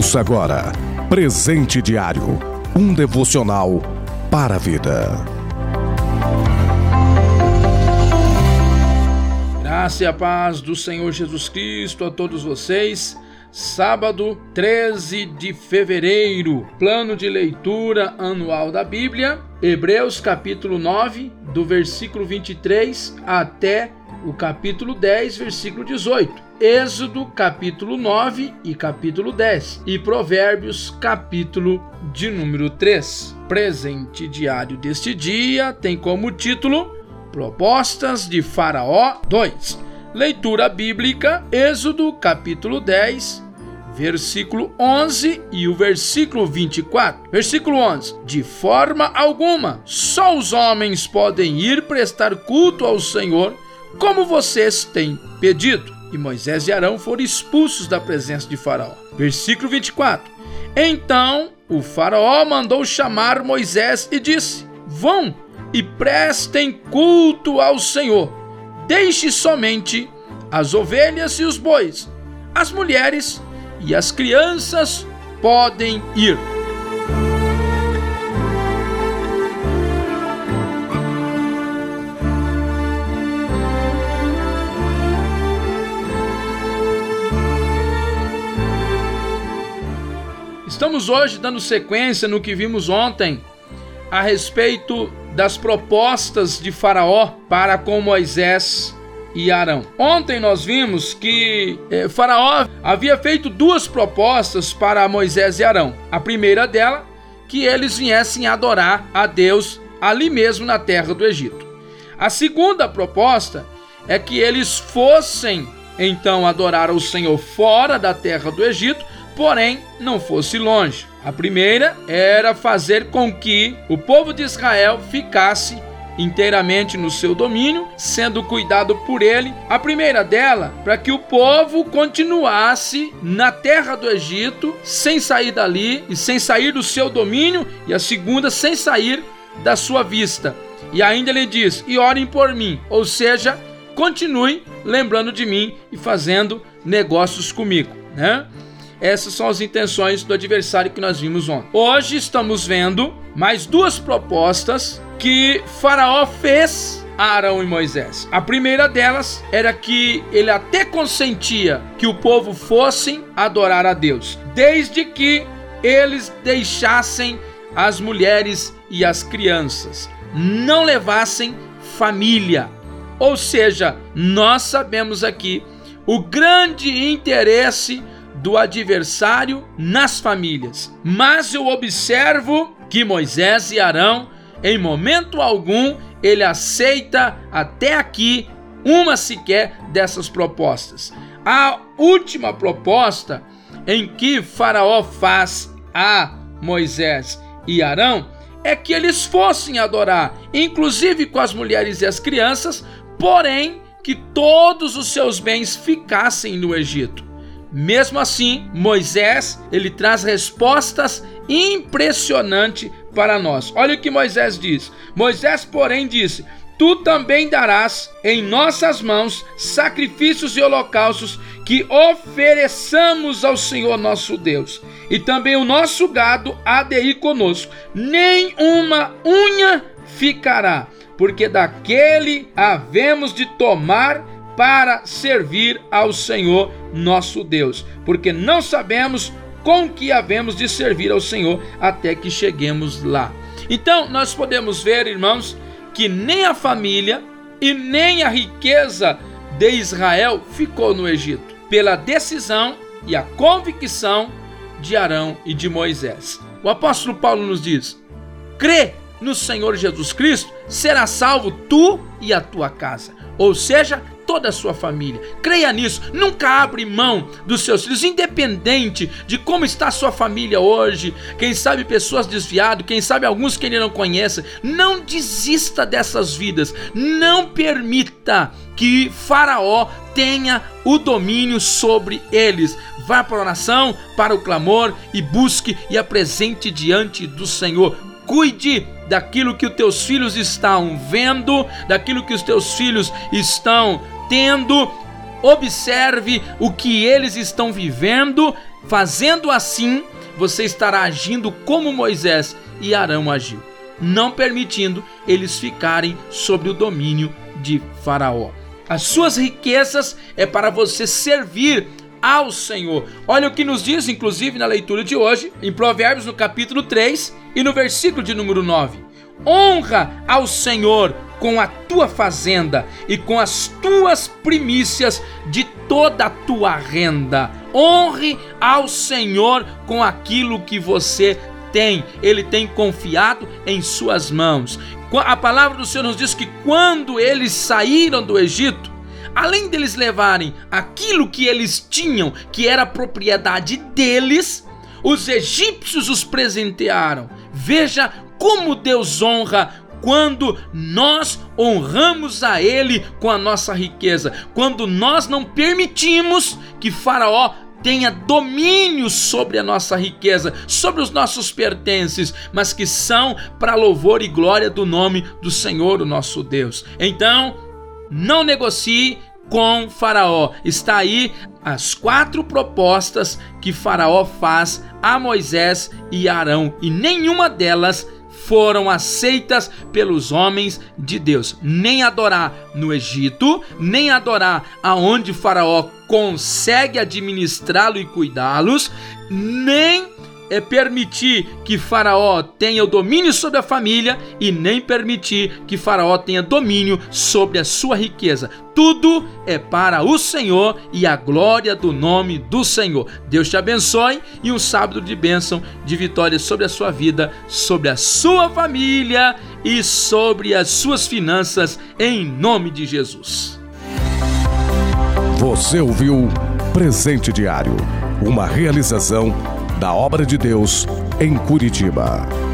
Ouça agora Presente Diário, um devocional para a vida. Graça e a paz do Senhor Jesus Cristo a todos vocês. Sábado 13 de fevereiro, plano de leitura anual da Bíblia, Hebreus capítulo 9, do versículo 23 até o capítulo 10, versículo 18. Êxodo capítulo 9 e capítulo 10. E Provérbios capítulo de número 3. Presente diário deste dia tem como título Propostas de Faraó 2. Leitura bíblica, Êxodo capítulo 10, versículo 11 e o versículo 24. Versículo 11. De forma alguma, só os homens podem ir prestar culto ao Senhor, como vocês têm pedido. E Moisés e Arão foram expulsos da presença de Faraó. Versículo 24. Então o Faraó mandou chamar Moisés e disse: vão e prestem culto ao Senhor. Deixe somente as ovelhas e os bois. As mulheres e as crianças podem ir. Estamos hoje dando sequência no que vimos ontem a respeito das propostas de Faraó para com Moisés e Arão. Ontem nós vimos que Faraó havia feito duas propostas para Moisés e Arão. A primeira dela, que eles viessem adorar a Deus ali mesmo na terra do Egito. A segunda proposta é que eles fossem então adorar ao Senhor fora da terra do Egito, porém não fosse longe. A primeira era fazer com que o povo de Israel ficasse inteiramente no seu domínio, sendo cuidado por ele. A primeira dela, para que o povo continuasse na terra do Egito, sem sair dali e sem sair do seu domínio, e a segunda, sem sair da sua vista. E ainda ele diz: e orem por mim, ou seja, continue lembrando de mim e fazendo negócios comigo, né? Essas são as intenções do adversário que nós vimos ontem. Hoje estamos vendo mais duas propostas que Faraó fez a Arão e Moisés. A primeira delas era que ele até consentia que o povo fossem adorar a Deus, desde que eles deixassem as mulheres e as crianças, não levassem família. Ou seja, nós sabemos aqui o grande interesse do adversário nas famílias. Mas eu observo que Moisés e Arão, em momento algum, ele aceita até aqui uma sequer dessas propostas. A última proposta em que Faraó faz a Moisés e Arão é que eles fossem adorar, inclusive com as mulheres e as crianças, porém que todos os seus bens ficassem no Egito. Mesmo assim, Moisés, ele traz respostas impressionantes para nós. Olha o que Moisés diz. Moisés, porém, disse: tu também darás em nossas mãos sacrifícios e holocaustos que ofereçamos ao Senhor nosso Deus. E também o nosso gado há de ir conosco. Nem uma unha ficará, porque daquele havemos de tomar para servir ao Senhor nosso Deus, porque não sabemos com que havemos de servir ao Senhor até que cheguemos lá. Então nós podemos ver, irmãos, que nem a família e nem a riqueza de Israel ficou no Egito, pela decisão e a convicção de Arão e de Moisés. O apóstolo Paulo nos diz: crê no Senhor Jesus Cristo, será salvo tu e a tua casa. Ou seja, toda a sua família. Creia nisso, nunca abre mão dos seus filhos, independente de como está a sua família hoje. Quem sabe pessoas desviadas, quem sabe alguns que ele não conhece. Não desista dessas vidas, não permita que Faraó tenha o domínio sobre eles. Vá para a oração, para o clamor e busque e apresente diante do Senhor. Cuide daquilo que os teus filhos estão vendo, daquilo que os teus filhos estão tendo. observe o que eles estão vivendo. Fazendo assim, você estará agindo como Moisés e Arão agiu, não permitindo eles ficarem sob o domínio de Faraó. As suas riquezas é para você servir ao Senhor. Olha o que nos diz, inclusive, na leitura de hoje, em Provérbios, no capítulo 3 e no versículo de número 9. Honra ao Senhor com a tua fazenda e com as tuas primícias de toda a tua renda. Honre ao Senhor com aquilo que você tem. Ele tem confiado em suas mãos. A palavra do Senhor nos diz que quando eles saíram do Egito, além deles levarem aquilo que eles tinham, que era propriedade deles, os egípcios os presentearam. Veja como Deus honra quando nós honramos a Ele com a nossa riqueza, quando nós não permitimos que Faraó tenha domínio sobre a nossa riqueza, sobre os nossos pertences, mas que são para louvor e glória do nome do Senhor, o nosso Deus. Então, não negocie com Faraó. Está aí as 4 propostas que Faraó faz a Moisés e Arão, e nenhuma delas foram aceitas pelos homens de Deus. Nem adorar no Egito, nem adorar aonde Faraó consegue administrá-lo e cuidá-los, nem permitir que Faraó tenha o domínio sobre a família e nem permitir que Faraó tenha domínio sobre a sua riqueza. Tudo é para o Senhor e a glória do nome do Senhor. Deus te abençoe e um sábado de bênção, de vitória sobre a sua vida, sobre a sua família e sobre as suas finanças, em nome de Jesus. Você ouviu Presente Diário, uma realização da Obra de Deus em Curitiba.